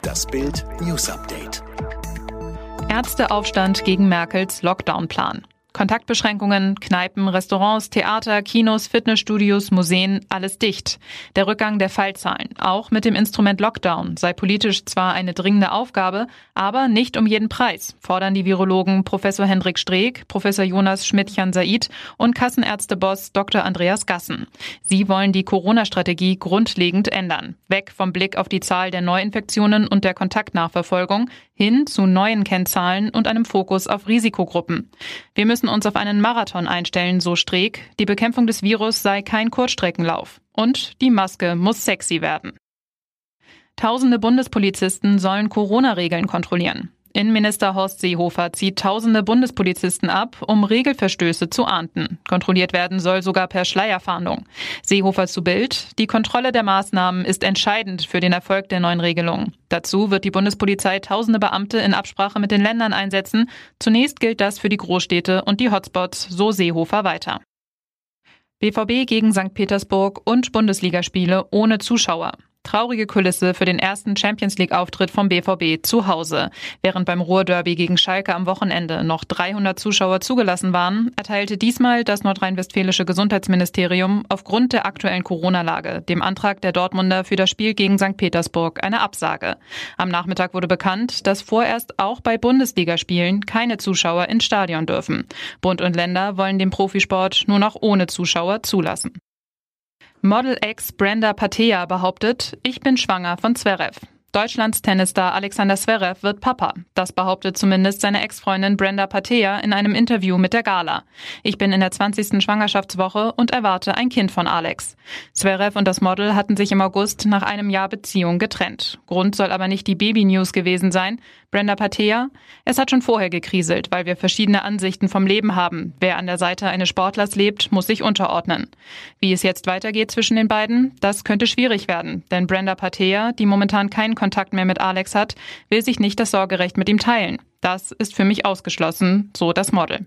Das Bild News Update. Ärzteaufstand gegen Merkels Lockdown-Plan. Kontaktbeschränkungen, Kneipen, Restaurants, Theater, Kinos, Fitnessstudios, Museen, alles dicht. Der Rückgang der Fallzahlen, auch mit dem Instrument Lockdown, sei politisch zwar eine dringende Aufgabe, aber nicht um jeden Preis, fordern die Virologen Professor Hendrik Streeck, Professor Jonas Schmidtchen-Said und Kassenärzteboss Dr. Andreas Gassen. Sie wollen die Corona-Strategie grundlegend ändern. Weg vom Blick auf die Zahl der Neuinfektionen und der Kontaktnachverfolgung hin zu neuen Kennzahlen und einem Fokus auf Risikogruppen. Wir müssen uns auf einen Marathon einstellen, so Streeck. Die Bekämpfung des Virus sei kein Kurzstreckenlauf. Und die Maske muss sexy werden. Tausende Bundespolizisten sollen Corona-Regeln kontrollieren. Innenminister Horst Seehofer zieht tausende Bundespolizisten ab, um Regelverstöße zu ahnden. Kontrolliert werden soll sogar per Schleierfahndung. Seehofer zu Bild: Die Kontrolle der Maßnahmen ist entscheidend für den Erfolg der neuen Regelungen. Dazu wird die Bundespolizei tausende Beamte in Absprache mit den Ländern einsetzen. Zunächst gilt das für die Großstädte und die Hotspots, so Seehofer weiter. BVB gegen St. Petersburg und Bundesligaspiele ohne Zuschauer. Traurige Kulisse für den ersten Champions-League-Auftritt vom BVB zu Hause. Während beim Ruhr-Derby gegen Schalke am Wochenende noch 300 Zuschauer zugelassen waren, erteilte diesmal das nordrhein-westfälische Gesundheitsministerium aufgrund der aktuellen Corona-Lage dem Antrag der Dortmunder für das Spiel gegen St. Petersburg eine Absage. Am Nachmittag wurde bekannt, dass vorerst auch bei Bundesligaspielen keine Zuschauer ins Stadion dürfen. Bund und Länder wollen den Profisport nur noch ohne Zuschauer zulassen. Model-Ex Brenda Patea behauptet, ich bin schwanger von Zverev. Deutschlands Tennisstar Alexander Zverev wird Papa. Das behauptet zumindest seine Ex-Freundin Brenda Patea in einem Interview mit der Gala. Ich bin in der 20. Schwangerschaftswoche und erwarte ein Kind von Alex. Zverev und das Model hatten sich im August nach einem Jahr Beziehung getrennt. Grund soll aber nicht die Baby-News gewesen sein. Brenda Patea: Es hat schon vorher gekriselt, weil wir verschiedene Ansichten vom Leben haben. Wer an der Seite eines Sportlers lebt, muss sich unterordnen. Wie es jetzt weitergeht zwischen den beiden, das könnte schwierig werden. Denn Brenda Patea, die momentan keinen Kontakt mehr mit Alex hat, will sich nicht das Sorgerecht mit ihm teilen. Das ist für mich ausgeschlossen, so das Model.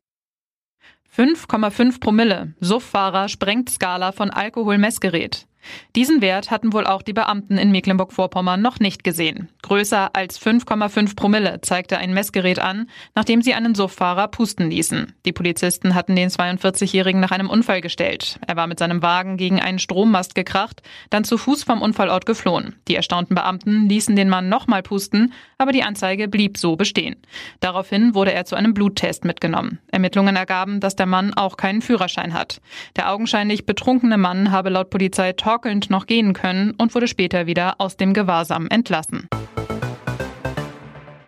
5,5 Promille. Suffahrer sprengt Skala von Alkoholmessgerät. Diesen Wert hatten wohl auch die Beamten in Mecklenburg-Vorpommern noch nicht gesehen. Größer als 5,5 Promille zeigte ein Messgerät an, nachdem sie einen Sufffahrer pusten ließen. Die Polizisten hatten den 42-Jährigen nach einem Unfall gestellt. Er war mit seinem Wagen gegen einen Strommast gekracht, dann zu Fuß vom Unfallort geflohen. Die erstaunten Beamten ließen den Mann nochmal pusten, aber die Anzeige blieb so bestehen. Daraufhin wurde er zu einem Bluttest mitgenommen. Ermittlungen ergaben, dass der Mann auch keinen Führerschein hat. Der augenscheinlich betrunkene Mann habe laut Polizei torkelnd noch gehen können und wurde später wieder aus dem Gewahrsam entlassen.